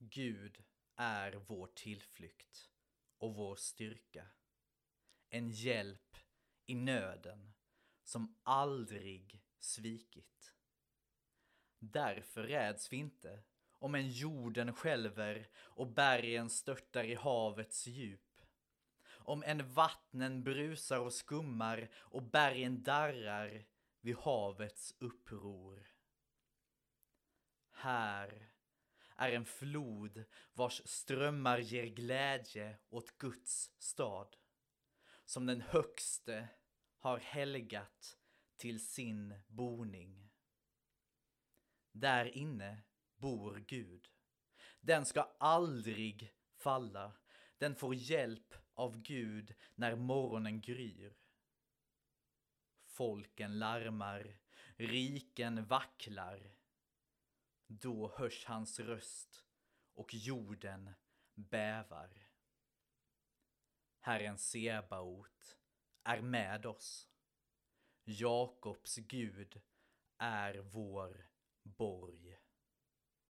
Gud är vår tillflykt och vår styrka. En hjälp i nöden som aldrig svikit. Därför räds vi inte om en jorden skälver och bergen störtar i havets djup. Om en vattnen brusar och skummar och bergen darrar vid havets uppror. Här är en flod vars strömmar ger glädje åt Guds stad, som den högste har helgat till sin boning. Där inne bor Gud. Den ska aldrig falla. Den får hjälp av Gud när morgonen gryr. Folken larmar, riken vacklar. Då hörs hans röst och jorden bävar. Herren Sebaot är med oss. Jakobs Gud är vår borg.